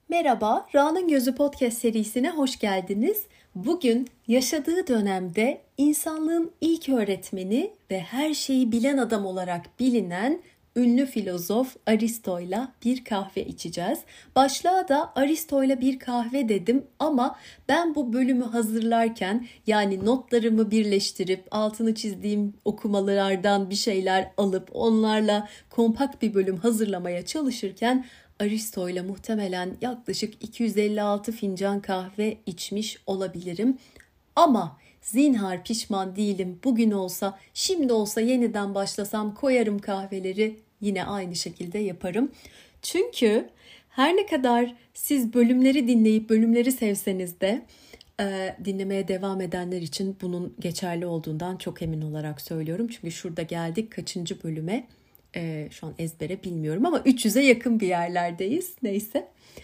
Merhaba, Ra'nın Gözü Podcast serisine hoş geldiniz. Bugün yaşadığı dönemde insanlığın ilk öğretmeni ve her şeyi bilen adam olarak bilinen ünlü filozof Aristo'yla bir kahve içeceğiz. Başlığa da Aristo'yla bir kahve dedim ama ben bu bölümü hazırlarken yani notlarımı birleştirip altını çizdiğim okumalardan bir şeyler alıp onlarla kompakt bir bölüm hazırlamaya çalışırken Aristo ile muhtemelen yaklaşık 256 fincan kahve içmiş olabilirim. Ama zinhar pişman değilim. Bugün olsa, şimdi olsa yeniden başlasam koyarım kahveleri yine aynı şekilde yaparım. Çünkü her ne kadar siz bölümleri dinleyip bölümleri sevseniz de dinlemeye devam edenler için bunun geçerli olduğundan çok emin olarak söylüyorum. Çünkü şurada geldik kaçıncı bölüme? Şu an ezbere bilmiyorum ama 300'e yakın bir yerlerdeyiz. Neyse.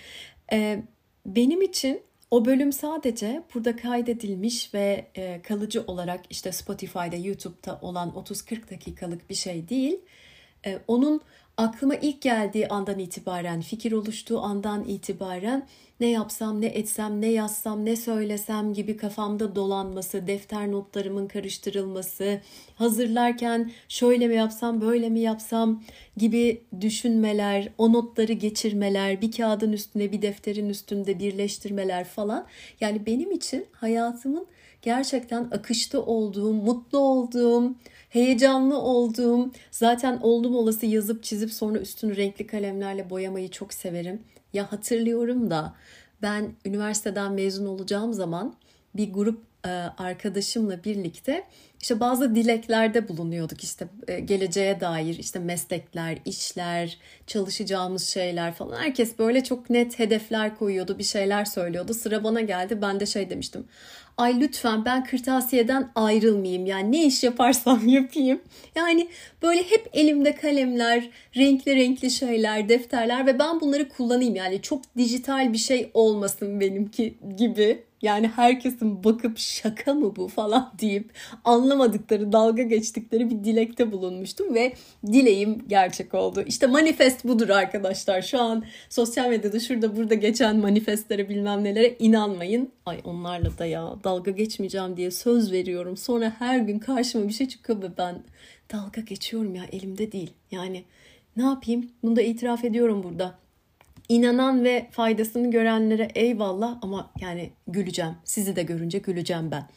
Benim için o bölüm sadece burada kaydedilmiş ve kalıcı olarak işte Spotify'da, YouTube'da olan 30-40 dakikalık bir şey değil. Onun aklıma ilk geldiği andan itibaren, fikir oluştuğu andan itibaren ne yapsam, ne etsem, ne yazsam, ne söylesem gibi kafamda dolanması, defter notlarımın karıştırılması, hazırlarken şöyle mi yapsam, böyle mi yapsam gibi düşünmeler, o notları geçirmeler, bir kağıdın üstüne, bir defterin üstünde birleştirmeler falan. Yani benim için hayatımın gerçekten akışta olduğum, mutlu olduğum, heyecanlı olduğum, zaten oldum olası yazıp çizip sonra üstünü renkli kalemlerle boyamayı çok severim. Ya hatırlıyorum da ben üniversiteden mezun olacağım zaman bir grup arkadaşımla birlikte işte bazı dileklerde bulunuyorduk. İşte geleceğe dair işte meslekler, işler, çalışacağımız şeyler falan. Herkes böyle çok net hedefler koyuyordu, bir şeyler söylüyordu. Sıra bana geldi. Ben de şey demiştim. Ay lütfen ben kırtasiyeden ayrılmayayım. Yani ne iş yaparsam yapayım. Yani böyle hep elimde kalemler, renkli renkli şeyler, defterler ve ben bunları kullanayım. Yani çok dijital bir şey olmasın benimki gibi. Yani herkesin bakıp şaka mı bu falan deyip anlamadıkları, dalga geçtikleri bir dilekte bulunmuştum ve dileğim gerçek oldu. İşte manifest budur arkadaşlar. Şu an sosyal medyada şurada burada geçen manifestlere bilmem nelere inanmayın. Ay onlarla da ya dalga geçmeyeceğim diye söz veriyorum. Sonra her gün karşıma bir şey çıkıyor ve ben dalga geçiyorum ya, elimde değil. Yani ne yapayım? Bunu da itiraf ediyorum burada. İnanan ve faydasını görenlere eyvallah ama yani güleceğim. Sizi de görünce güleceğim ben.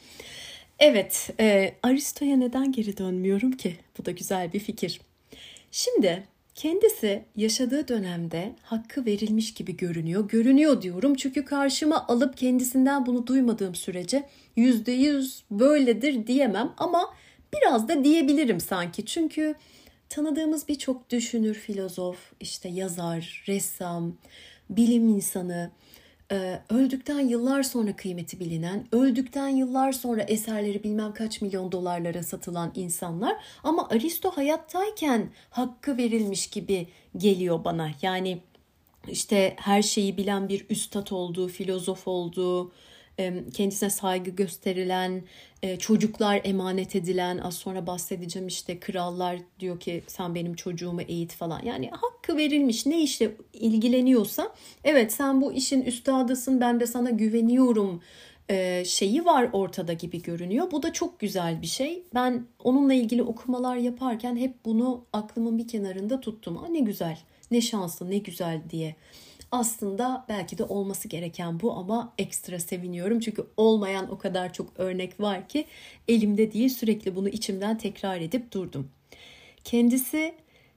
Evet, Aristo'ya neden geri dönmüyorum ki? Bu da güzel bir fikir. Şimdi kendisi yaşadığı dönemde hakkı verilmiş gibi görünüyor. Görünüyor diyorum çünkü karşıma alıp kendisinden bunu duymadığım sürece %100 böyledir diyemem ama biraz da diyebilirim sanki. Çünkü tanıdığımız birçok düşünür, filozof, işte yazar, ressam, bilim insanı, öldükten yıllar sonra kıymeti bilinen, öldükten yıllar sonra eserleri bilmem kaç milyon dolarlara satılan insanlar. Ama Aristo hayattayken hakkı verilmiş gibi geliyor bana. Yani işte her şeyi bilen bir üstad olduğu, filozof olduğu, kendisine saygı gösterilen, çocuklar emanet edilen, az sonra bahsedeceğim işte krallar diyor ki sen benim çocuğumu eğit falan. Yani hakkı verilmiş, ne işle ilgileniyorsa evet sen bu işin üstadısın, ben de sana güveniyorum şeyi var ortada gibi görünüyor. Bu da çok güzel bir şey. Ben onunla ilgili okumalar yaparken hep bunu aklımın bir kenarında tuttum. Ne güzel, ne şanslı, ne güzel diye. Aslında belki de olması gereken bu ama ekstra seviniyorum. Çünkü olmayan o kadar çok örnek var ki elimde değil, sürekli bunu içimden tekrar edip durdum. Kendisi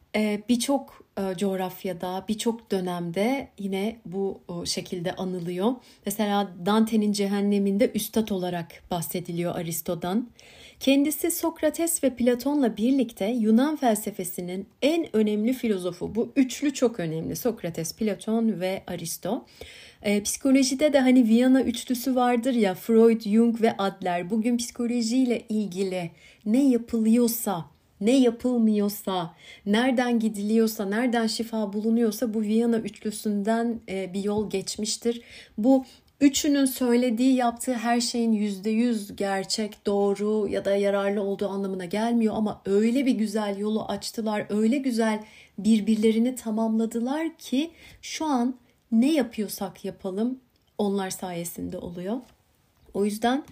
birçok coğrafyada, birçok dönemde yine bu şekilde anılıyor. Mesela Dante'nin Cehenneminde üstad olarak bahsediliyor Aristo'dan. Kendisi Sokrates ve Platon'la birlikte Yunan felsefesinin en önemli filozofu. Bu üçlü çok önemli. Sokrates, Platon ve Aristo. Psikolojide de hani Viyana üçlüsü vardır ya, Freud, Jung ve Adler. Bugün psikolojiyle ilgili ne yapılıyorsa, ne yapılmıyorsa, nereden gidiliyorsa, nereden şifa bulunuyorsa bu Viyana üçlüsünden bir yol geçmiştir. Bu üçünün söylediği, yaptığı her şeyin %100 gerçek, doğru ya da yararlı olduğu anlamına gelmiyor ama öyle bir güzel yolu açtılar, öyle güzel birbirlerini tamamladılar ki şu an ne yapıyorsak yapalım onlar sayesinde oluyor. O yüzden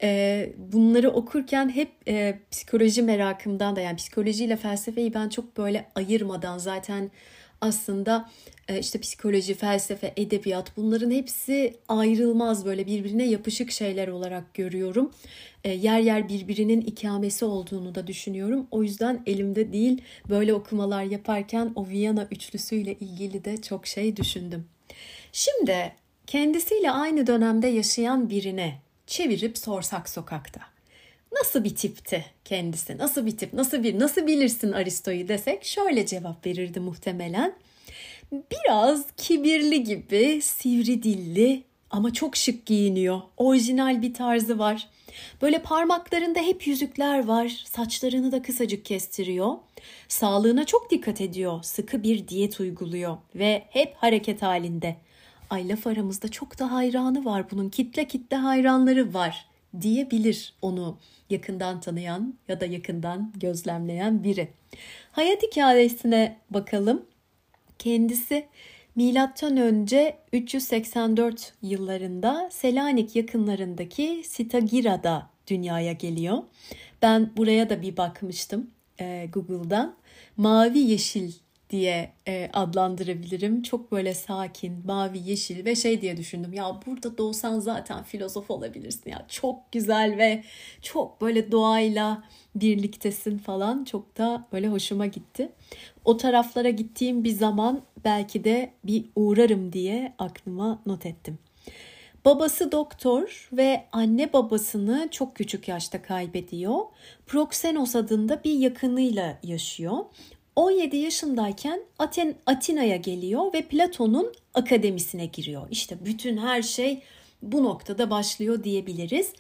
bunları okurken hep psikoloji merakımdan da, yani psikolojiyle felsefeyi ben çok böyle ayırmadan zaten aslında işte psikoloji, felsefe, edebiyat, bunların hepsi ayrılmaz, böyle birbirine yapışık şeyler olarak görüyorum. Yer yer birbirinin ikamesi olduğunu da düşünüyorum. O yüzden elimde değil, böyle okumalar yaparken o Viyana üçlüsüyle ilgili de çok şey düşündüm. Şimdi kendisiyle aynı dönemde yaşayan birine çevirip sorsak sokakta, nasıl bir tipti kendisi? Nasıl bir tip? Nasıl bilirsin Aristo'yu desek şöyle cevap verirdi muhtemelen. Biraz kibirli gibi, sivri dilli ama çok şık giyiniyor. Orijinal bir tarzı var. Böyle parmaklarında hep yüzükler var. Saçlarını da kısacık kestiriyor. Sağlığına çok dikkat ediyor. Sıkı bir diyet uyguluyor ve hep hareket halinde. Ay, laf aramızda çok da hayranı var bunun. Kitle kitle hayranları var diyebilir onu yakından tanıyan ya da yakından gözlemleyen biri. Hayat hikayesine bakalım. Kendisi milattan önce 384 yıllarında Selanik yakınlarındaki Stagira'da dünyaya geliyor. Ben buraya da bir bakmıştım Google'dan. Mavi yeşil diye adlandırabilirim. Çok böyle sakin, mavi yeşil ve şey diye düşündüm. Ya burada doğsan zaten filozof olabilirsin. Ya çok güzel ve çok böyle doğayla birliktesin falan. Çok da böyle hoşuma gitti. O taraflara gittiğim bir zaman belki de bir uğrarım diye aklıma not ettim. Babası doktor ve anne babasını çok küçük yaşta kaybediyor. Proxenos adında bir yakınıyla yaşıyor. 17 yaşındayken Atina'ya geliyor ve Platon'un akademisine giriyor. İşte bütün her şey bu noktada başlıyor diyebiliriz.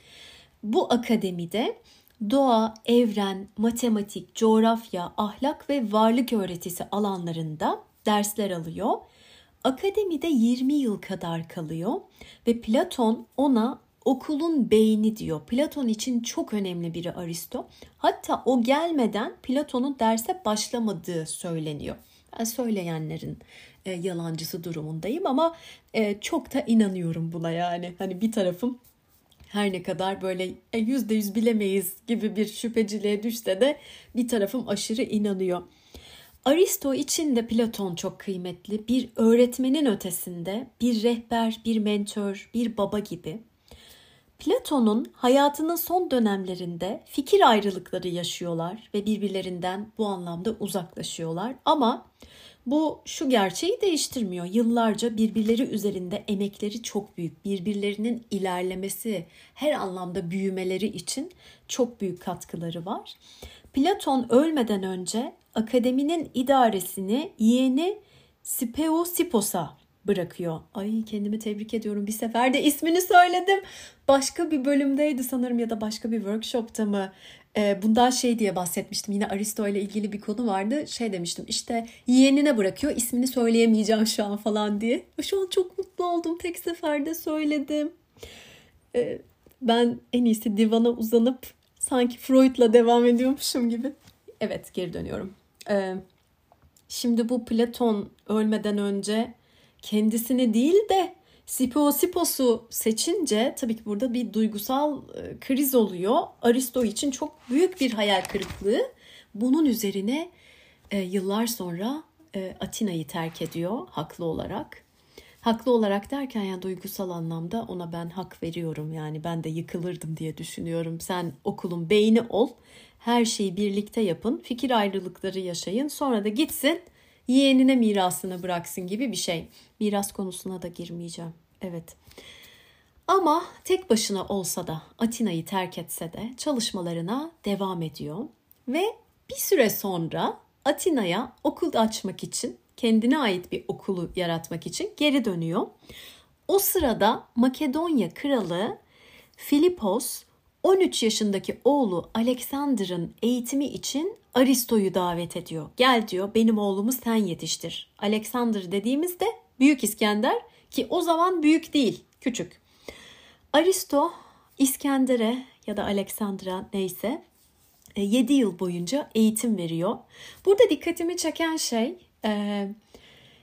Bu akademide doğa, evren, matematik, coğrafya, ahlak ve varlık öğretisi alanlarında dersler alıyor. Akademide 20 yıl kadar kalıyor ve Platon ona okulun beyni diyor. Platon için çok önemli biri Aristo. Hatta o gelmeden Platon'un derse başlamadığı söyleniyor. Ben söyleyenlerin yalancısı durumundayım ama çok da inanıyorum buna yani. Hani bir tarafım her ne kadar böyle %100 bilemeyiz gibi bir şüpheciliğe düşse de bir tarafım aşırı inanıyor. Aristo için de Platon çok kıymetli. Bir öğretmenin ötesinde bir rehber, bir mentor, bir baba gibi. Platon'un hayatının son dönemlerinde fikir ayrılıkları yaşıyorlar ve birbirlerinden bu anlamda uzaklaşıyorlar. Ama bu şu gerçeği değiştirmiyor. Yıllarca birbirleri üzerinde emekleri çok büyük. Birbirlerinin ilerlemesi, her anlamda büyümeleri için çok büyük katkıları var. Platon ölmeden önce akademinin idaresini yeğeni Speusipos'a bırakıyor. Ay, kendimi tebrik ediyorum. Bir sefer de ismini söyledim. Başka bir bölümdeydi sanırım ya da başka bir workshopta mı? Bundan şey diye bahsetmiştim. Yine Aristo ile ilgili bir konu vardı. Şey demiştim, işte yeğenine bırakıyor. İsmini söyleyemeyeceğim şu an falan diye. Şu an çok mutlu oldum. Tek seferde söyledim. Ben en iyisi divana uzanıp sanki Freud'la devam ediyormuşum gibi. Evet, geri dönüyorum. Şimdi bu Platon ölmeden önce kendisini değil de Speusipos'u seçince tabii ki burada bir duygusal kriz oluyor. Aristo için çok büyük bir hayal kırıklığı. Bunun üzerine yıllar sonra Atina'yı terk ediyor haklı olarak. Haklı olarak derken yani duygusal anlamda ona ben hak veriyorum. Yani ben de yıkılırdım diye düşünüyorum. Sen okulun beyni ol, her şeyi birlikte yapın, fikir ayrılıkları yaşayın, sonra da gitsin yeğenine mirasını bıraksın gibi bir şey. Miras konusuna da girmeyeceğim. Evet. Ama tek başına olsa da Atina'yı terk etse de çalışmalarına devam ediyor. Ve bir süre sonra Atina'ya okul açmak için, kendine ait bir okulu yaratmak için geri dönüyor. O sırada Makedonya kralı Filipos 13 yaşındaki oğlu Alexander'ın eğitimi için Aristo'yu davet ediyor. Gel diyor, benim oğlumu sen yetiştir. Alexander dediğimizde Büyük İskender, ki o zaman büyük değil, küçük. Aristo İskender'e ya da Alexander'a neyse 7 yıl boyunca eğitim veriyor. Burada dikkatimi çeken şey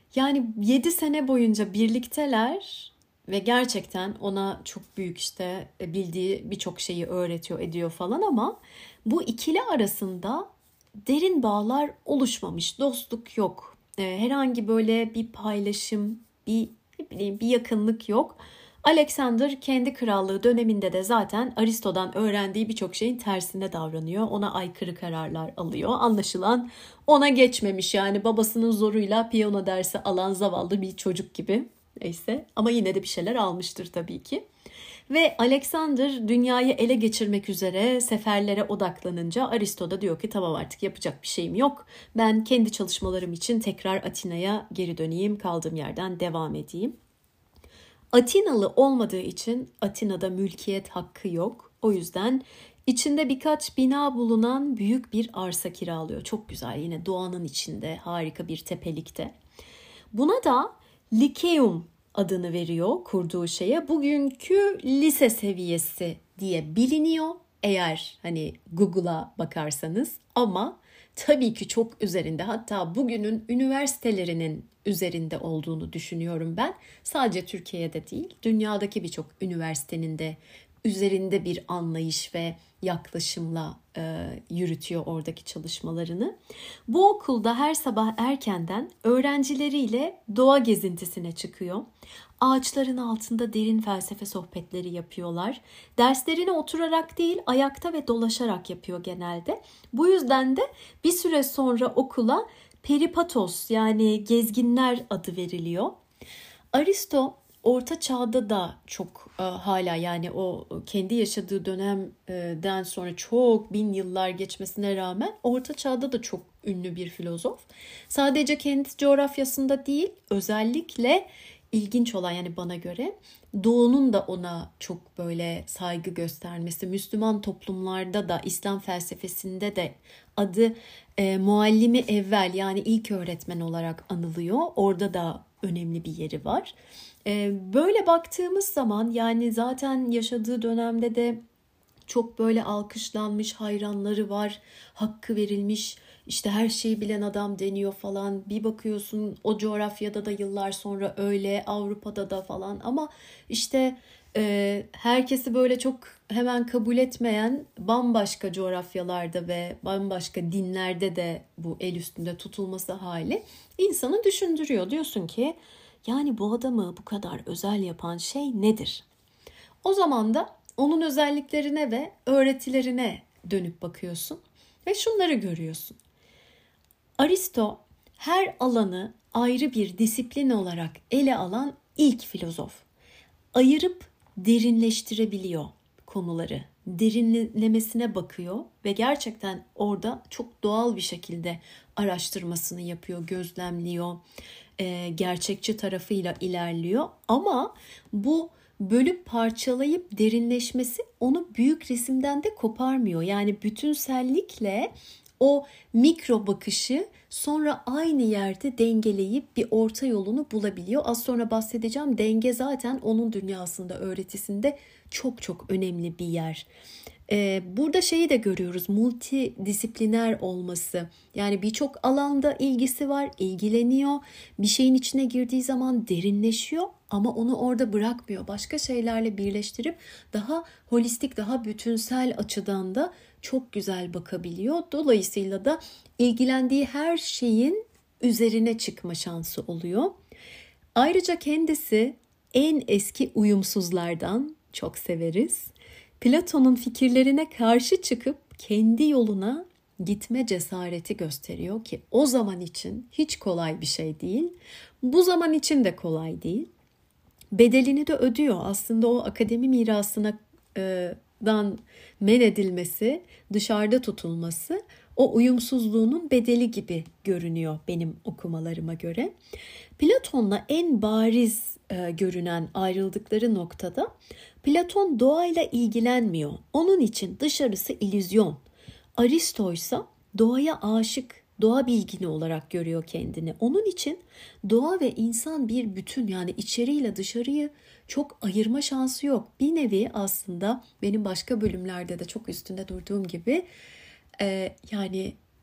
Yani 7 sene boyunca birlikteler ve gerçekten ona çok büyük işte bildiği birçok şeyi öğretiyor, ediyor falan ama bu ikili arasında derin bağlar oluşmamış, dostluk yok. Herhangi böyle bir paylaşım, bir ne bileyim bir yakınlık yok. Alexander kendi krallığı döneminde de zaten Aristo'dan öğrendiği birçok şeyin tersine davranıyor. Ona aykırı kararlar alıyor. Anlaşılan ona geçmemiş yani babasının zoruyla piyano dersi alan zavallı bir çocuk gibi. Neyse ama yine de bir şeyler almıştır tabii ki. Ve Alexander dünyayı ele geçirmek üzere seferlere odaklanınca Aristo da diyor ki tamam artık yapacak bir şeyim yok. Ben kendi çalışmalarım için tekrar Atina'ya geri döneyim, kaldığım yerden devam edeyim. Atinalı olmadığı için Atina'da mülkiyet hakkı yok. O yüzden içinde birkaç bina bulunan büyük bir arsa kiralıyor. Çok güzel, yine doğanın içinde, harika bir tepelikte. Buna da Lyceum adını veriyor kurduğu şeye. Bugünkü lise seviyesi diye biliniyor eğer hani Google'a bakarsanız, ama tabii ki çok üzerinde, hatta bugünün üniversitelerinin üzerinde olduğunu düşünüyorum ben. Sadece Türkiye'de değil, dünyadaki birçok üniversitenin de üzerinde bir anlayış ve yaklaşımla yürütüyor oradaki çalışmalarını. Bu okulda her sabah erkenden öğrencileriyle doğa gezintisine çıkıyor. Ağaçların altında derin felsefe sohbetleri yapıyorlar. Derslerini oturarak değil, ayakta ve dolaşarak yapıyor genelde. Bu yüzden de bir süre sonra okula peripatos yani gezginler adı veriliyor. Aristo Orta Çağ'da da çok hala, yani o kendi yaşadığı dönemden sonra çok bin yıllar geçmesine rağmen Orta Çağ'da da çok ünlü bir filozof. Sadece kendi coğrafyasında değil, özellikle ilginç olan, yani bana göre Doğu'nun da ona çok böyle saygı göstermesi, Müslüman toplumlarda da, İslam felsefesinde de adı muallimi evvel yani ilk öğretmen olarak anılıyor. Orada da önemli bir yeri var. Böyle baktığımız zaman yani zaten yaşadığı dönemde de çok böyle alkışlanmış, hayranları var, hakkı verilmiş, işte her şeyi bilen adam deniyor falan. Bir bakıyorsun o coğrafyada da yıllar sonra öyle, Avrupa'da da falan, ama işte herkesi böyle çok hemen kabul etmeyen bambaşka coğrafyalarda ve bambaşka dinlerde de bu el üstünde tutulması hali insanı düşündürüyor. Diyorsun ki yani bu adamı bu kadar özel yapan şey nedir? O zaman da onun özelliklerine ve öğretilerine dönüp bakıyorsun ve şunları görüyorsun. Aristo her alanı ayrı bir disiplin olarak ele alan ilk filozof. Ayırıp derinleştirebiliyor konuları. Derinlemesine bakıyor ve gerçekten orada çok doğal bir şekilde araştırmasını yapıyor, gözlemliyor, gerçekçi tarafıyla ilerliyor. Ama bu bölüp parçalayıp derinleşmesi onu büyük resimden de koparmıyor. Yani bütünsellikle o mikro bakışı sonra aynı yerde dengeleyip bir orta yolunu bulabiliyor. Az sonra bahsedeceğim. Denge zaten onun dünyasında, öğretisinde çok çok önemli bir yer. Burada şeyi de görüyoruz, multidisipliner olması. Yani birçok alanda ilgisi var, ilgileniyor. Bir şeyin içine girdiği zaman derinleşiyor ama onu orada bırakmıyor. Başka şeylerle birleştirip daha holistik, daha bütünsel açıdan da çok güzel bakabiliyor. Dolayısıyla da ilgilendiği her şeyin üzerine çıkma şansı oluyor. Ayrıca kendisi en eski uyumsuzlardan, çok severiz. Platon'un fikirlerine karşı çıkıp kendi yoluna gitme cesareti gösteriyor ki o zaman için hiç kolay bir şey değil. Bu zaman için de kolay değil. Bedelini de ödüyor. Aslında o akademi mirasına dan men edilmesi, dışarıda tutulması o uyumsuzluğunun bedeli gibi görünüyor benim okumalarıma göre. Platon'la en bariz görünen ayrıldıkları noktada Platon doğayla ilgilenmiyor. Onun için dışarısı illüzyon. Aristo ise doğaya aşık, doğa bilgini olarak görüyor kendini. Onun için doğa ve insan bir bütün, yani içeriyle dışarıyı çok ayırma şansı yok. Bir nevi aslında benim başka bölümlerde de çok üstünde durduğum gibi yani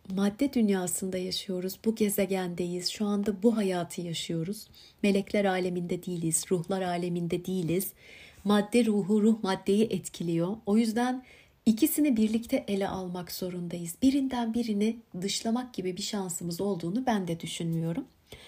madde dünyasında yaşıyoruz. Bu gezegendeyiz. Şu anda bu hayatı yaşıyoruz. Melekler aleminde değiliz. Ruhlar aleminde değiliz. Madde ruhu, ruh maddeyi etkiliyor. O yüzden ikisini birlikte ele almak zorundayız. Birinden birini dışlamak gibi bir şansımız olduğunu ben de düşünmüyorum.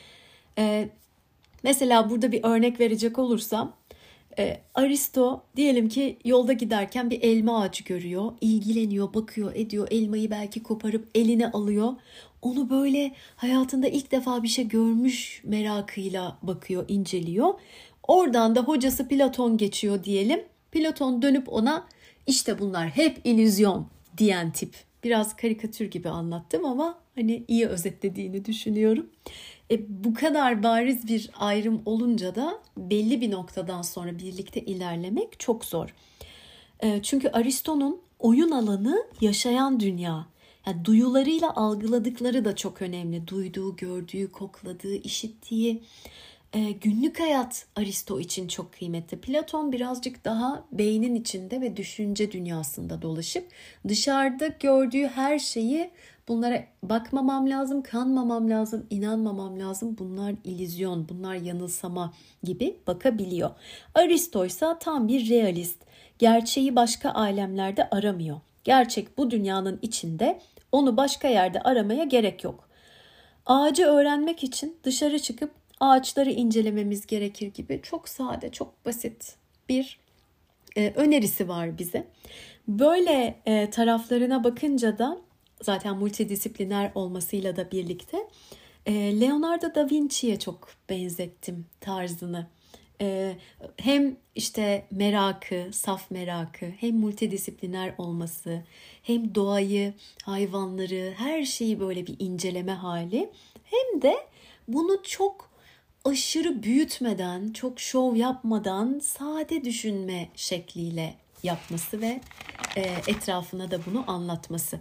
Mesela burada bir örnek verecek olursam, Aristo diyelim ki yolda giderken bir elma ağacı görüyor, ilgileniyor, bakıyor, ediyor, elmayı belki koparıp eline alıyor. Onu böyle hayatında ilk defa bir şey görmüş merakıyla bakıyor, inceliyor. Oradan da hocası Platon geçiyor diyelim. Platon dönüp ona işte bunlar hep illüzyon diyen tip. Biraz karikatür gibi anlattım ama hani iyi özetlediğini düşünüyorum. Bu kadar bariz bir ayrım olunca da belli bir noktadan sonra birlikte ilerlemek çok zor. Çünkü Aristo'nun oyun alanı yaşayan dünya. Yani duyularıyla algıladıkları da çok önemli. Duyduğu, gördüğü, kokladığı, işittiği. Günlük hayat Aristo için çok kıymetli. Platon birazcık daha beynin içinde ve düşünce dünyasında dolaşıp dışarıda gördüğü her şeyi bunlara bakmamam lazım, kanmamam lazım, inanmamam lazım. Bunlar illüzyon, bunlar yanılsama gibi bakabiliyor. Aristo ise tam bir realist. Gerçeği başka alemlerde aramıyor. Gerçek bu dünyanın içinde, onu başka yerde aramaya gerek yok. Ağacı öğrenmek için dışarı çıkıp ağaçları incelememiz gerekir gibi çok sade, çok basit bir önerisi var bize. Böyle taraflarına bakınca da zaten multidisipliner olmasıyla da birlikte Leonardo da Vinci'ye çok benzettim tarzını. Hem işte merakı, saf merakı, hem multidisipliner olması, hem doğayı, hayvanları, her şeyi böyle bir inceleme hali, hem de bunu çok aşırı büyütmeden, çok şov yapmadan sade düşünme şekliyle yapması ve etrafına da bunu anlatması.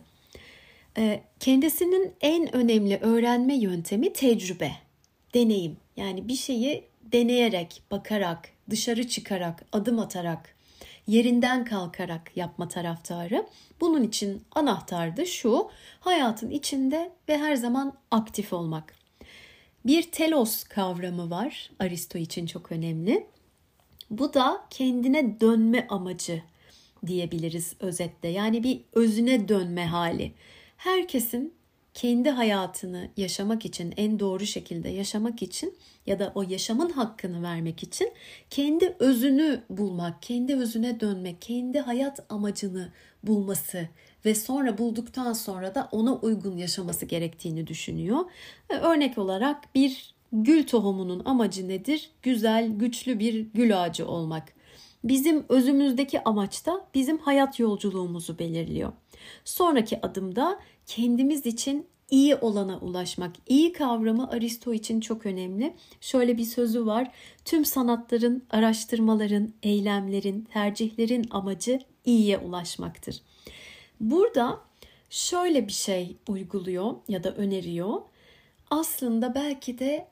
Kendisinin en önemli öğrenme yöntemi tecrübe, deneyim. Yani bir şeyi deneyerek, bakarak, dışarı çıkarak, adım atarak, yerinden kalkarak yapma taraftarı. Bunun için anahtar da şu: hayatın içinde ve her zaman aktif olmak. Bir telos kavramı var, Aristo için çok önemli. Bu da kendine dönme amacı diyebiliriz özetle. Yani bir özüne dönme hali. Herkesin kendi hayatını yaşamak için, en doğru şekilde yaşamak için ya da o yaşamın hakkını vermek için kendi özünü bulmak, kendi özüne dönmek, kendi hayat amacını bulması ve sonra bulduktan sonra da ona uygun yaşaması gerektiğini düşünüyor. Örnek olarak bir gül tohumunun amacı nedir? Güzel, güçlü bir gül ağacı olmak. Bizim özümüzdeki amaç da bizim hayat yolculuğumuzu belirliyor. Sonraki adımda kendimiz için iyi olana ulaşmak. İyi kavramı Aristo için çok önemli. Şöyle bir sözü var: tüm sanatların, araştırmaların, eylemlerin, tercihlerin amacı iyiye ulaşmaktır. Burada şöyle bir şey uyguluyor ya da öneriyor. Aslında belki de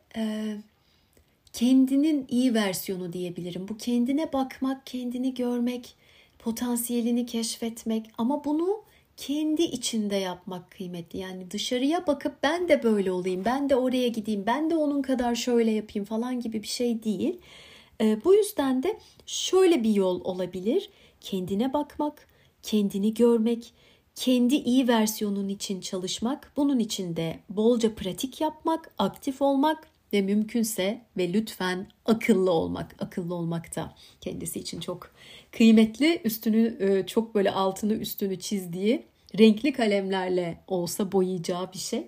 kendinin iyi versiyonu diyebilirim. Bu kendine bakmak, kendini görmek, potansiyelini keşfetmek, ama bunu kendi içinde yapmak kıymetli. Yani dışarıya bakıp ben de böyle olayım, ben de oraya gideyim, ben de onun kadar şöyle yapayım falan gibi bir şey değil. Bu yüzden de şöyle bir yol olabilir: kendine bakmak, kendini görmek, kendi iyi versiyonun için çalışmak, bunun için de bolca pratik yapmak, aktif olmak ve mümkünse ve lütfen akıllı olmak. Akıllı olmak da kendisi için çok kıymetli. Üstünü çok böyle altını üstünü çizdiği, renkli kalemlerle olsa boyayacağı bir şey.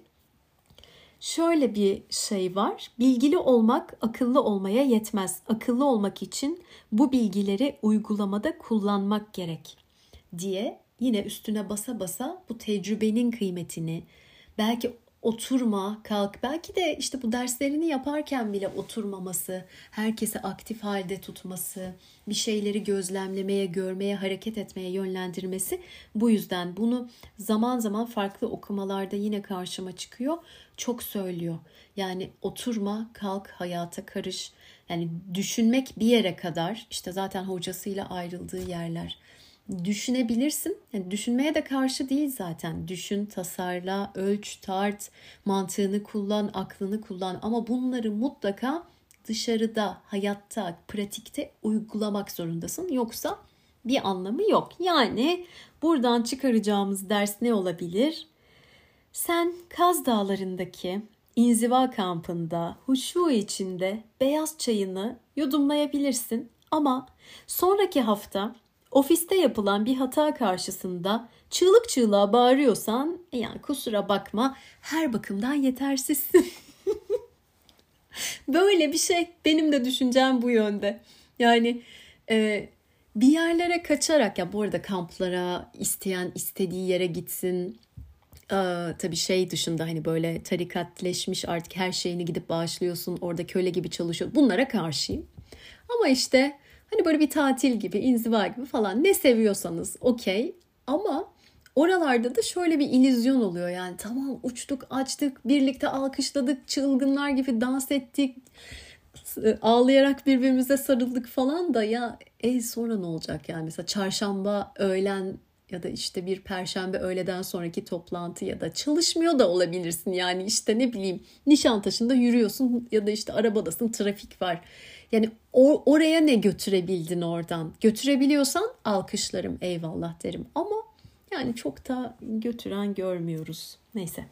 Şöyle bir şey var: bilgili olmak akıllı olmaya yetmez. Akıllı olmak için bu bilgileri uygulamada kullanmak gerek diye yine üstüne basa basa bu tecrübenin kıymetini, belki oturma, kalk, belki de işte bu derslerini yaparken bile oturmaması, herkesi aktif halde tutması, bir şeyleri gözlemlemeye, görmeye, hareket etmeye yönlendirmesi. Bu yüzden bunu zaman zaman farklı okumalarda yine karşıma çıkıyor. Çok söylüyor. Yani oturma, kalk, hayata karış. Yani düşünmek bir yere kadar, işte zaten hocasıyla ayrıldığı yerler. düşünebilirsin. Yani düşünmeye de karşı değil zaten. Düşün, tasarla, ölç, tart, mantığını kullan, aklını kullan. Ama bunları mutlaka dışarıda, hayatta, pratikte uygulamak zorundasın. Yoksa bir anlamı yok. Yani buradan çıkaracağımız ders ne olabilir? Sen Kaz Dağları'ndaki inziva kampında huşu içinde beyaz çayını yudumlayabilirsin ama sonraki hafta ofiste yapılan bir hata karşısında çığlık çığlığa bağırıyorsan yani kusura bakma, her bakımdan yetersizsin. Böyle bir şey, benim de düşüncem bu yönde. Yani bir yerlere kaçarak, ya bu arada kamplara isteyen istediği yere gitsin. Tabii şey dışında, hani böyle tarikatleşmiş artık her şeyini gidip bağışlıyorsun, orada köle gibi çalışıyor. Bunlara karşıyım. Ama işte hani böyle bir tatil gibi, inziva gibi falan, ne seviyorsanız okey. Ama oralarda da şöyle bir illüzyon oluyor. Yani tamam, uçtuk, açtık, birlikte alkışladık, çılgınlar gibi dans ettik, ağlayarak birbirimize sarıldık falan da ya sonra ne olacak yani? Mesela çarşamba öğlen ya da işte bir perşembe öğleden sonraki toplantı ya da çalışmıyor da olabilirsin. Yani işte ne bileyim, Nişantaşı'nda yürüyorsun ya da işte arabadasın, trafik var. Yani oraya ne götürebildin oradan? Götürebiliyorsan alkışlarım, eyvallah derim. Ama yani çok da götüren görmüyoruz. Neyse.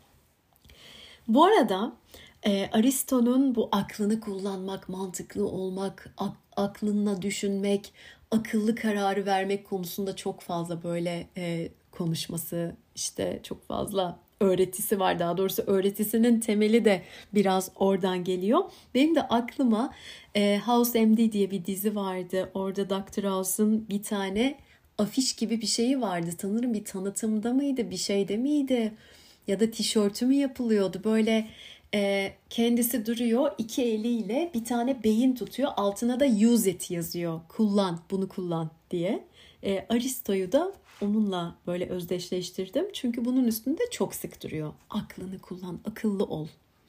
Bu arada Aristo'nun bu aklını kullanmak, mantıklı olmak, aklınla düşünmek, akıllı kararı vermek konusunda çok fazla böyle konuşması, işte çok fazla öğretisi var. Daha doğrusu öğretisinin temeli de biraz oradan geliyor. Benim de aklıma House MD diye bir dizi vardı. Orada Dr. House'un bir tane afiş gibi bir şeyi vardı. Sanırım bir tanıtımda mıydı, bir şeyde miydi? Ya da tişörtü mü yapılıyordu? Böyle kendisi duruyor, iki eliyle bir tane beyin tutuyor. Altına da use it yazıyor. Kullan, bunu kullan diye. Aristo'yu da onunla böyle özdeşleştirdim. Çünkü bunun üstünde çok sık duruyor. Aklını kullan, akıllı ol.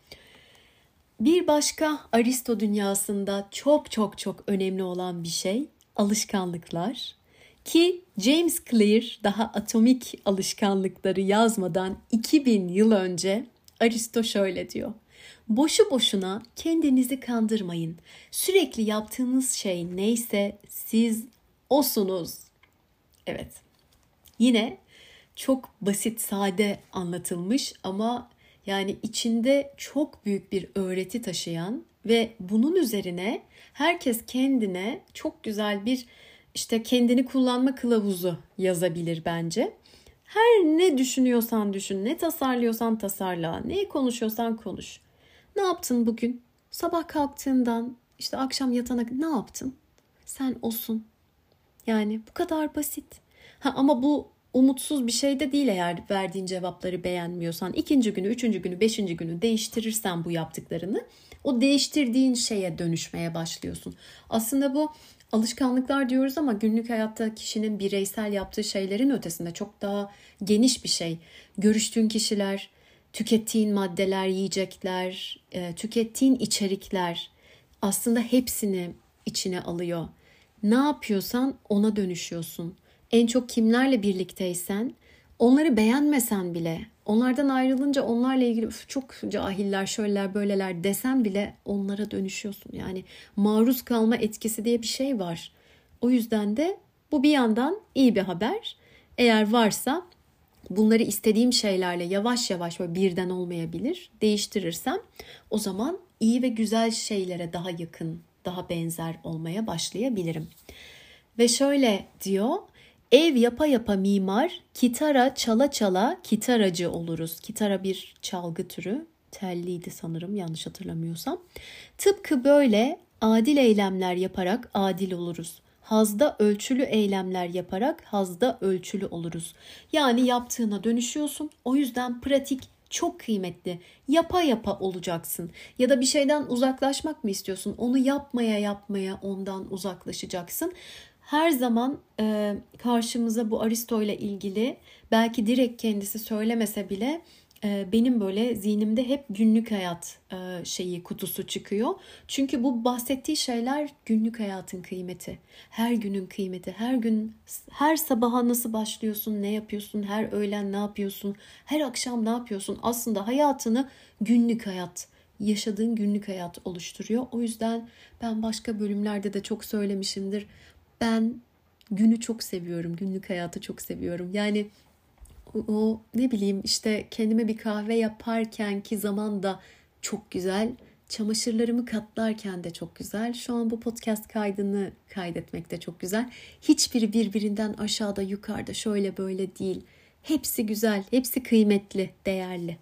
Bir başka Aristo dünyasında çok çok çok önemli olan bir şey alışkanlıklar. Ki James Clear daha atomik alışkanlıkları yazmadan 2000 yıl önce Aristo şöyle diyor. Boşu boşuna kendinizi kandırmayın. Sürekli yaptığınız şey neyse siz osunuz. Evet. Yine çok basit, sade anlatılmış ama yani içinde çok büyük bir öğreti taşıyan ve bunun üzerine herkes kendine çok güzel bir işte kendini kullanma kılavuzu yazabilir bence. Her ne düşünüyorsan düşün, ne tasarlıyorsan tasarla, ne konuşuyorsan konuş. Ne yaptın bugün? Sabah kalktığından işte akşam yatana ne yaptın? Sen osun. Yani bu kadar basit. Ama bu umutsuz bir şey de değil eğer verdiğin cevapları beğenmiyorsan. İkinci günü, üçüncü günü, beşinci günü değiştirirsen bu yaptıklarını, o değiştirdiğin şeye dönüşmeye başlıyorsun. Aslında bu alışkanlıklar diyoruz ama günlük hayatta kişinin bireysel yaptığı şeylerin ötesinde çok daha geniş bir şey. Görüştüğün kişiler, tükettiğin maddeler, yiyecekler, tükettiğin içerikler aslında hepsini içine alıyor. Ne yapıyorsan ona dönüşüyorsun. En çok kimlerle birlikteysen, onları beğenmesen bile, onlardan ayrılınca onlarla ilgili çok cahiller, şöyleler, böyleler desen bile onlara dönüşüyorsun. Yani maruz kalma etkisi diye bir şey var. O yüzden de bu bir yandan iyi bir haber. Eğer varsa bunları istediğim şeylerle yavaş yavaş, böyle birden olmayabilir, değiştirirsem o zaman iyi ve güzel şeylere daha yakın, daha benzer olmaya başlayabilirim. Ve şöyle diyor, ev yapa yapa mimar, kitara çala çala kitaracı oluruz. Kitara bir çalgı türü, telliydi sanırım yanlış hatırlamıyorsam. Tıpkı böyle adil eylemler yaparak adil oluruz. Hazda ölçülü eylemler yaparak hazda ölçülü oluruz. Yani yaptığına dönüşüyorsun. O yüzden pratik çok kıymetli. Yapa yapa olacaksın. Ya da bir şeyden uzaklaşmak mı istiyorsun? Onu yapmaya yapmaya ondan uzaklaşacaksın. Her zaman karşımıza bu Aristo ile ilgili belki direkt kendisi söylemese bile benim böyle zihnimde hep günlük hayat kutusu çıkıyor. Çünkü bu bahsettiği şeyler günlük hayatın kıymeti. Her günün kıymeti. Her gün, her sabaha nasıl başlıyorsun, ne yapıyorsun, her öğlen ne yapıyorsun, her akşam ne yapıyorsun. Aslında hayatını günlük hayat, yaşadığın günlük hayat oluşturuyor. O yüzden ben başka bölümlerde de çok söylemişimdir. Ben günü çok seviyorum, günlük hayatı çok seviyorum. Yani o ne bileyim işte kendime bir kahve yaparken ki zaman da çok güzel. Çamaşırlarımı katlarken de çok güzel. Şu an bu podcast kaydını kaydetmek de çok güzel. Hiçbiri birbirinden aşağıda yukarıda şöyle böyle değil. Hepsi güzel, hepsi kıymetli, değerli.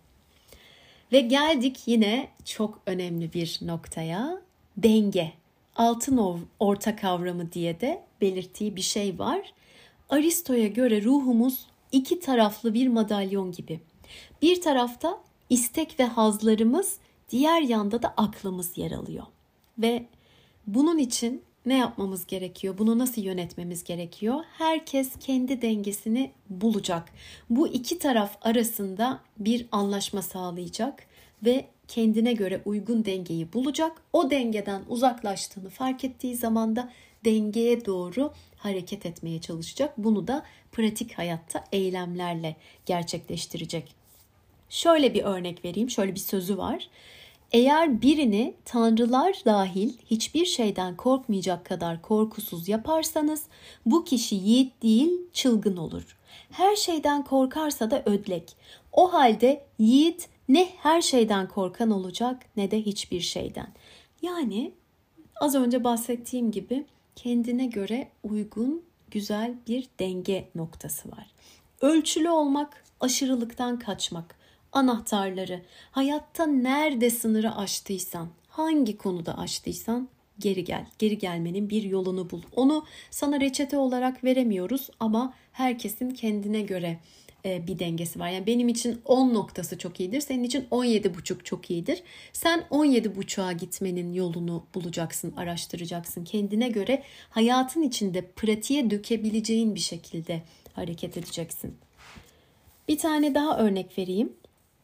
Ve geldik yine çok önemli bir noktaya. Denge. Altın orta kavramı diye de belirttiği bir şey var. Aristo'ya göre ruhumuz iki taraflı bir madalyon gibi. Bir tarafta istek ve hazlarımız, diğer yanda da aklımız yer alıyor. Ve bunun için ne yapmamız gerekiyor? Bunu nasıl yönetmemiz gerekiyor? Herkes kendi dengesini bulacak. Bu iki taraf arasında bir anlaşma sağlayacak ve kendine göre uygun dengeyi bulacak. O dengeden uzaklaştığını fark ettiği zaman da dengeye doğru hareket etmeye çalışacak. Bunu da pratik hayatta eylemlerle gerçekleştirecek. Şöyle bir örnek vereyim. Şöyle bir sözü var. Eğer birini tanrılar dahil hiçbir şeyden korkmayacak kadar korkusuz yaparsanız bu kişi yiğit değil çılgın olur. Her şeyden korkarsa da ödlek. O halde yiğit ne her şeyden korkan olacak ne de hiçbir şeyden. Yani az önce bahsettiğim gibi kendine göre uygun güzel bir denge noktası var. Ölçülü olmak, aşırılıktan kaçmak. Anahtarları, hayatta nerede sınırı aştıysan, hangi konuda aştıysan geri gel. Geri gelmenin bir yolunu bul. Onu sana reçete olarak veremiyoruz ama herkesin kendine göre bir dengesi var. Yani benim için 10 noktası çok iyidir. Senin için 17,5 çok iyidir. Sen 17,5'a gitmenin yolunu bulacaksın, araştıracaksın. Kendine göre hayatın içinde pratiğe dökebileceğin bir şekilde hareket edeceksin. Bir tane daha örnek vereyim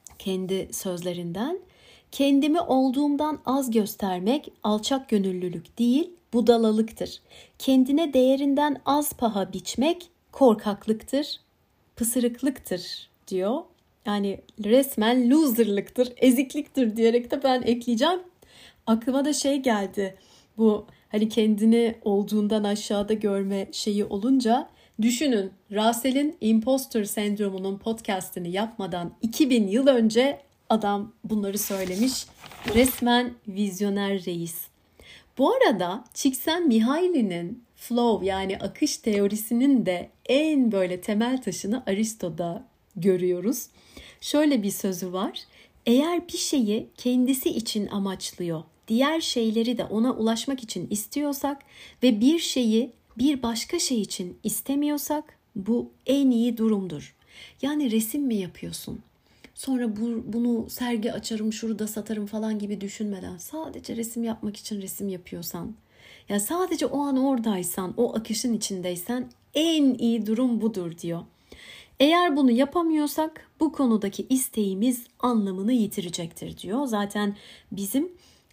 kendi sözlerinden. Kendimi olduğumdan az göstermek alçak gönüllülük değil, budalalıktır. Kendine değerinden az paha biçmek korkaklıktır, pısırıklıktır diyor. Yani resmen loserlıktır, ezikliktir diyerek de ben ekleyeceğim. Aklıma da şey geldi. Bu hani kendini olduğundan aşağıda görme şeyi olunca düşünün, Russell'in Imposter Sendromu'nun podcastini yapmadan 2000 yıl önce adam bunları söylemiş. Resmen vizyoner reis. Bu arada Csikszentmihalyi'nin flow yani akış teorisinin de en böyle temel taşını Aristo'da görüyoruz. Şöyle bir sözü var. Eğer bir şeyi kendisi için amaçlıyor, diğer şeyleri de ona ulaşmak için istiyorsak ve bir şeyi bir başka şey için istemiyorsak bu en iyi durumdur. Yani resim mi yapıyorsun? Sonra bunu sergi açarım, şurada satarım falan gibi düşünmeden sadece resim yapmak için resim yapıyorsan, ya sadece o an oradaysan, o akışın içindeysen en iyi durum budur diyor. Eğer bunu yapamıyorsak bu konudaki isteğimiz anlamını yitirecektir diyor. Zaten bizim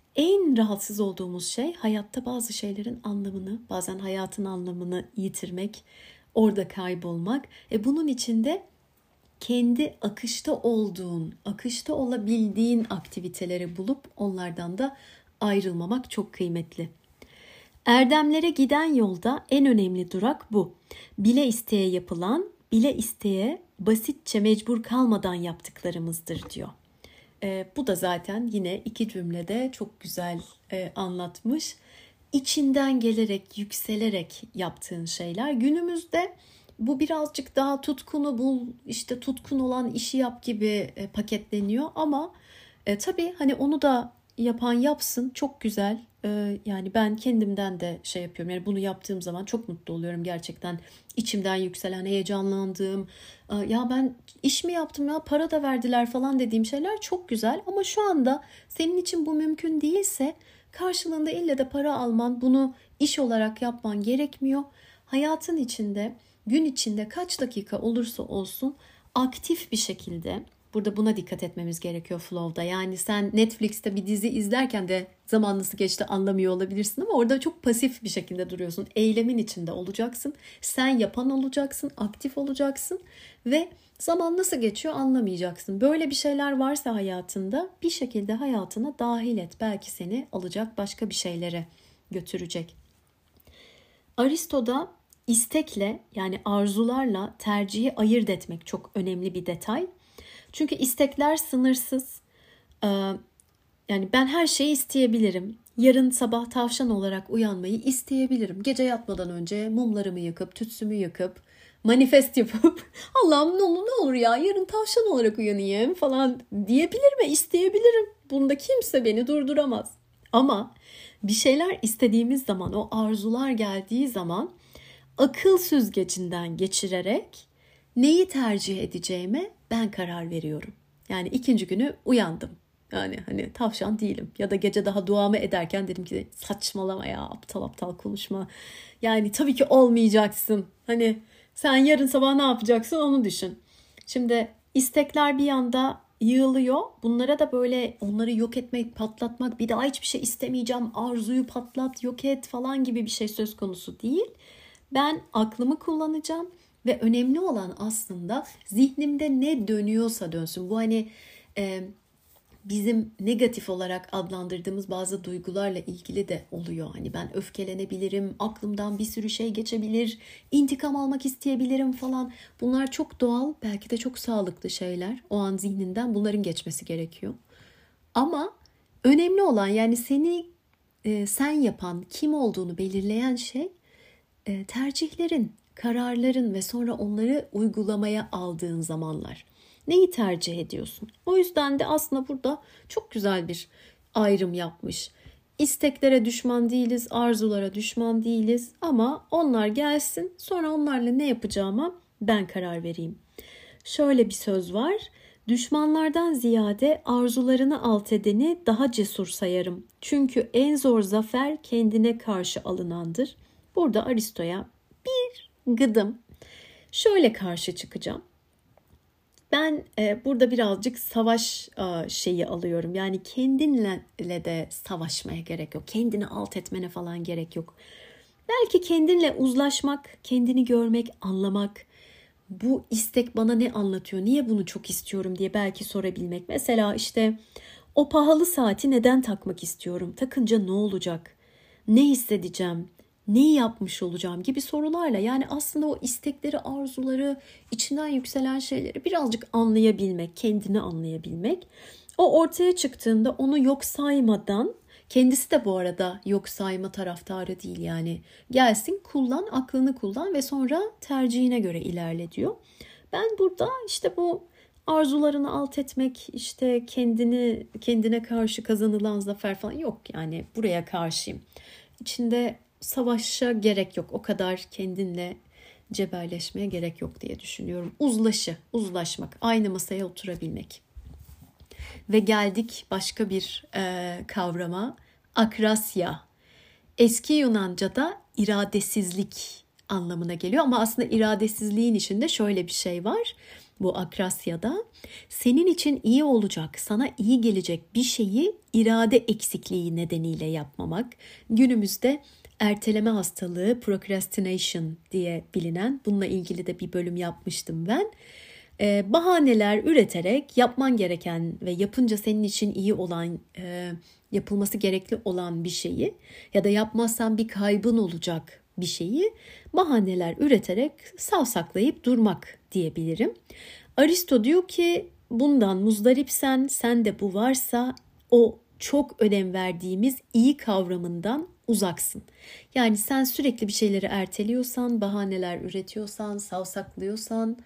en rahatsız olduğumuz şey hayatta bazı şeylerin anlamını, bazen hayatın anlamını yitirmek, orada kaybolmak. Bunun içinde kendi akışta olduğun, akışta olabildiğin aktiviteleri bulup onlardan da ayrılmamak çok kıymetli. Erdemlere giden yolda en önemli durak bu. Bile isteye yapılan, bile isteye basitçe mecbur kalmadan yaptıklarımızdır diyor. Bu da zaten yine iki cümlede çok güzel anlatmış. İçinden gelerek, yükselerek yaptığın şeyler. Günümüzde bu birazcık daha tutkunu bul, işte tutkun olan işi yap gibi paketleniyor. Ama tabii hani onu da yapan yapsın, çok güzel. Yani ben kendimden de şey yapıyorum. Yani bunu yaptığım zaman çok mutlu oluyorum gerçekten. İçimden yükselen, heyecanlandığım, ya ben iş mi yaptım ya para da verdiler falan dediğim şeyler çok güzel. Ama şu anda senin için bu mümkün değilse karşılığında ille de para alman, bunu iş olarak yapman gerekmiyor. Hayatın içinde, gün içinde kaç dakika olursa olsun aktif bir şekilde Burada buna dikkat etmemiz gerekiyor flow'da. Yani sen Netflix'te bir dizi izlerken de zaman nasıl geçti anlamıyor olabilirsin ama orada çok pasif bir şekilde duruyorsun. Eylemin içinde olacaksın. Sen yapan olacaksın, aktif olacaksın ve zaman nasıl geçiyor anlamayacaksın. Böyle bir şeyler varsa hayatında bir şekilde hayatına dahil et. Belki seni alacak başka bir şeylere götürecek. Aristo'da istekle yani arzularla tercihi ayırt etmek çok önemli bir detay. Çünkü istekler sınırsız. Yani ben her şeyi isteyebilirim. Yarın sabah tavşan olarak uyanmayı isteyebilirim. Gece yatmadan önce mumlarımı yakıp, tütsümü yakıp, manifest yapıp Allah'ım ne olur ya yarın tavşan olarak uyanayım falan diyebilir mi? İsteyebilirim. Bunda kimse beni durduramaz. Ama bir şeyler istediğimiz zaman, o arzular geldiği zaman akıl süzgecinden geçirerek neyi tercih edeceğime ben karar veriyorum. Yani ikinci günü uyandım. Yani hani tavşan değilim. Ya da gece daha duamı ederken dedim ki saçmalama ya aptal aptal konuşma. Yani tabii ki olmayacaksın. Hani sen yarın sabah ne yapacaksın onu düşün. Şimdi istekler bir yanda yığılıyor. Bunlara da böyle onları yok etmek, patlatmak, bir daha hiçbir şey istemeyeceğim, arzuyu patlat, yok et falan gibi bir şey söz konusu değil. Ben aklımı kullanacağım ve önemli olan aslında zihnimde ne dönüyorsa dönsün. Bu hani bizim negatif olarak adlandırdığımız bazı duygularla ilgili de oluyor. Hani ben öfkelenebilirim, aklımdan bir sürü şey geçebilir, intikam almak isteyebilirim falan. Bunlar çok doğal, belki de çok sağlıklı şeyler. O an zihninden bunların geçmesi gerekiyor. Ama önemli olan yani seni sen yapan, kim olduğunu belirleyen şey tercihlerin, kararların ve sonra onları uygulamaya aldığın zamanlar. Neyi tercih ediyorsun? O yüzden de aslında burada çok güzel bir ayrım yapmış. İsteklere düşman değiliz, arzulara düşman değiliz ama onlar gelsin, sonra onlarla ne yapacağıma ben karar vereyim. Şöyle bir söz var. Düşmanlardan ziyade arzularını alt edeni daha cesur sayarım. Çünkü en zor zafer kendine karşı alınandır. Burada Aristo'ya bir gıdım şöyle karşı çıkacağım. Ben burada birazcık savaş şeyi alıyorum. Yani kendinle de savaşmaya gerek yok. Kendini alt etmene falan gerek yok. Belki kendinle uzlaşmak, kendini görmek, anlamak, bu istek bana ne anlatıyor, niye bunu çok istiyorum diye belki sorabilmek. Mesela işte o pahalı saati neden takmak istiyorum, takınca ne olacak, ne hissedeceğim, neyi yapmış olacağım gibi sorularla yani aslında o istekleri, arzuları, içinden yükselen şeyleri birazcık anlayabilmek, kendini anlayabilmek. O ortaya çıktığında onu yok saymadan, kendisi de bu arada yok sayma taraftarı değil yani. Gelsin kullan, aklını kullan ve sonra tercihine göre ilerle diyor. Ben burada işte bu arzularını alt etmek, işte kendine karşı kazanılan zafer falan yok yani buraya karşıyım. İçinde savaşa gerek yok. O kadar kendinle cebelleşmeye gerek yok diye düşünüyorum. Uzlaşmak, aynı masaya oturabilmek. Ve geldik başka bir kavrama. Akrasya. Eski Yunanca'da iradesizlik anlamına geliyor ama aslında iradesizliğin içinde şöyle bir şey var. Bu akrasyada senin için iyi olacak, sana iyi gelecek bir şeyi irade eksikliği nedeniyle yapmamak. Günümüzde erteleme hastalığı, procrastination diye bilinen, bununla ilgili de bir bölüm yapmıştım ben. Bahaneler üreterek yapman gereken ve yapınca senin için iyi olan, yapılması gerekli olan bir şeyi ya da yapmazsan bir kaybın olacak bir şeyi bahaneler üreterek savsaklayıp durmak diyebilirim. Aristo diyor ki bundan muzdaripsen, sende bu varsa o çok önem verdiğimiz iyi kavramından uzaksın. Yani sen sürekli bir şeyleri erteliyorsan, bahaneler üretiyorsan, savsaklıyorsan,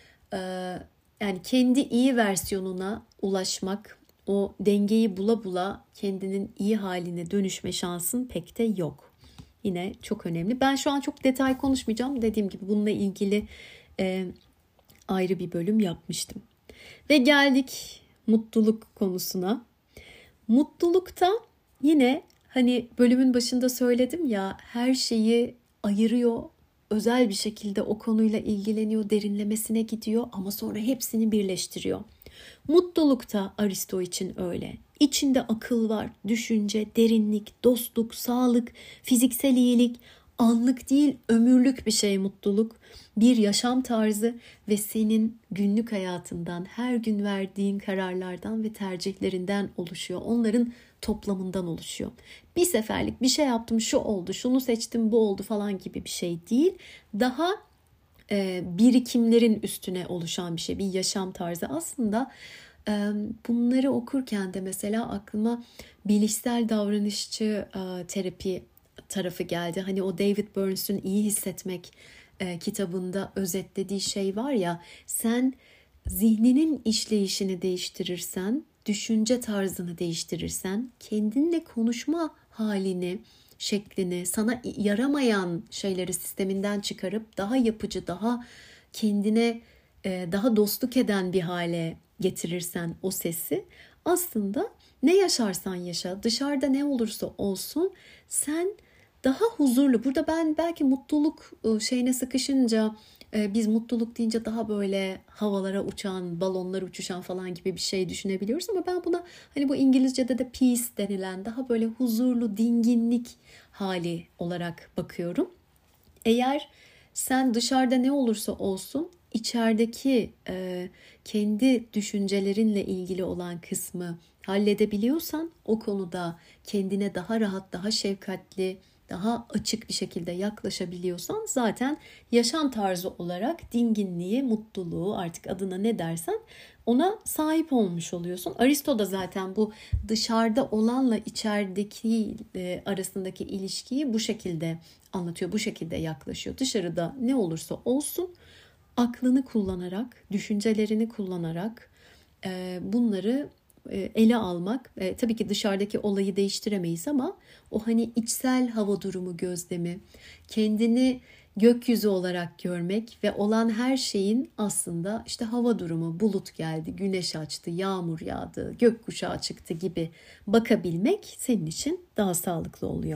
yani kendi iyi versiyonuna ulaşmak, o dengeyi bula bula kendinin iyi haline dönüşme şansın pek de yok. Yine çok önemli. Ben şu an çok detay konuşmayacağım. Dediğim gibi bununla ilgili ayrı bir bölüm yapmıştım. Ve geldik mutluluk konusuna. Mutlulukta yine hani bölümün başında söyledim ya, her şeyi ayırıyor, özel bir şekilde o konuyla ilgileniyor, derinlemesine gidiyor ama sonra hepsini birleştiriyor. Mutluluk da Aristo için öyle. İçinde akıl var, düşünce, derinlik, dostluk, sağlık, fiziksel iyilik, anlık değil ömürlük bir şey mutluluk. Bir yaşam tarzı ve senin günlük hayatından, her gün verdiğin kararlardan ve tercihlerinden oluşuyor. Onların toplamından oluşuyor. Bir seferlik bir şey yaptım, şu oldu, şunu seçtim, bu oldu falan gibi bir şey değil. Daha birikimlerin üstüne oluşan bir şey, bir yaşam tarzı. Aslında bunları okurken de mesela aklıma bilişsel davranışçı terapi tarafı geldi. Hani o David Burns'un İyi Hissetmek kitabında özetlediği şey var ya, sen zihninin işleyişini değiştirirsen, düşünce tarzını değiştirirsen, kendinle konuşma halini, şeklini, sana yaramayan şeyleri sisteminden çıkarıp daha yapıcı, daha kendine daha dostluk eden bir hale getirirsen o sesi, aslında ne yaşarsan yaşa, dışarıda ne olursa olsun sen daha huzurlu. Burada ben belki mutluluk şeyine sıkışınca, biz mutluluk deyince daha böyle havalara uçan, balonlar uçuşan falan gibi bir şey düşünebiliyoruz ama ben buna hani bu İngilizce'de de peace denilen daha böyle huzurlu, dinginlik hali olarak bakıyorum. Eğer sen dışarıda ne olursa olsun içerideki kendi düşüncelerinle ilgili olan kısmı halledebiliyorsan, o konuda kendine daha rahat, daha şefkatli, daha açık bir şekilde yaklaşabiliyorsan zaten yaşam tarzı olarak dinginliği, mutluluğu, artık adına ne dersen ona sahip olmuş oluyorsun. Aristo da zaten bu dışarıda olanla içerideki arasındaki ilişkiyi bu şekilde anlatıyor, bu şekilde yaklaşıyor. Dışarıda ne olursa olsun aklını kullanarak, düşüncelerini kullanarak bunları ele almak. Tabii ki dışarıdaki olayı değiştiremeyiz ama o hani içsel hava durumu gözlemi, kendini gökyüzü olarak görmek ve olan her şeyin aslında işte hava durumu, bulut geldi, güneş açtı, yağmur yağdı, gökkuşağı çıktı gibi bakabilmek senin için daha sağlıklı oluyor.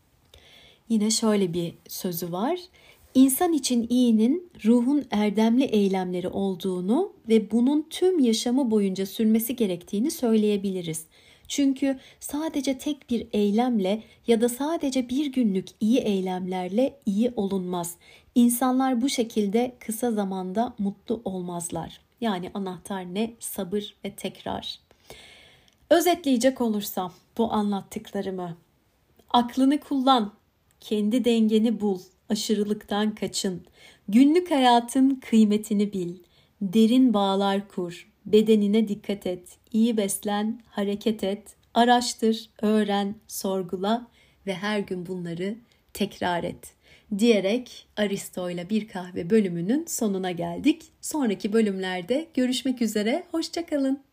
Yine şöyle bir sözü var. İnsan için iyinin ruhun erdemli eylemleri olduğunu ve bunun tüm yaşamı boyunca sürmesi gerektiğini söyleyebiliriz. Çünkü sadece tek bir eylemle ya da sadece bir günlük iyi eylemlerle iyi olunmaz. İnsanlar bu şekilde kısa zamanda mutlu olmazlar. Yani anahtar ne? Sabır ve tekrar. Özetleyecek olursam bu anlattıklarımı, aklını kullan, kendi dengeni bul, aşırılıktan kaçın, günlük hayatın kıymetini bil, derin bağlar kur, bedenine dikkat et, iyi beslen, hareket et, araştır, öğren, sorgula ve her gün bunları tekrar et diyerek Aristo'yla Bir Kahve bölümünün sonuna geldik. Sonraki bölümlerde görüşmek üzere, hoşça kalın.